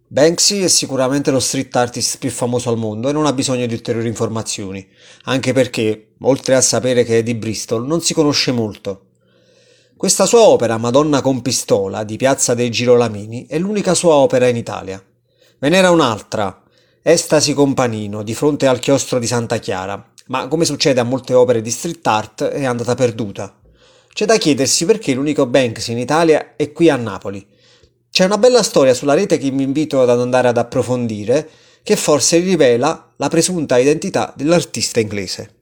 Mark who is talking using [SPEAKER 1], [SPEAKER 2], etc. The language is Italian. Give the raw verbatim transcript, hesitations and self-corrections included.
[SPEAKER 1] Banksy è sicuramente lo street artist più famoso al mondo e non ha bisogno di ulteriori informazioni, anche perché, oltre a sapere che è di Bristol, non si conosce molto. Questa sua opera, Madonna con pistola, di Piazza dei Girolamini, è l'unica sua opera in Italia. Ve n'era un'altra, Estasi Companino, di fronte al chiostro di Santa Chiara, ma come succede a molte opere di street art è andata perduta. C'è da chiedersi perché l'unico Banksy in Italia è qui a Napoli. C'è una bella storia sulla rete che vi invito ad andare ad approfondire, che forse rivela la presunta identità dell'artista inglese.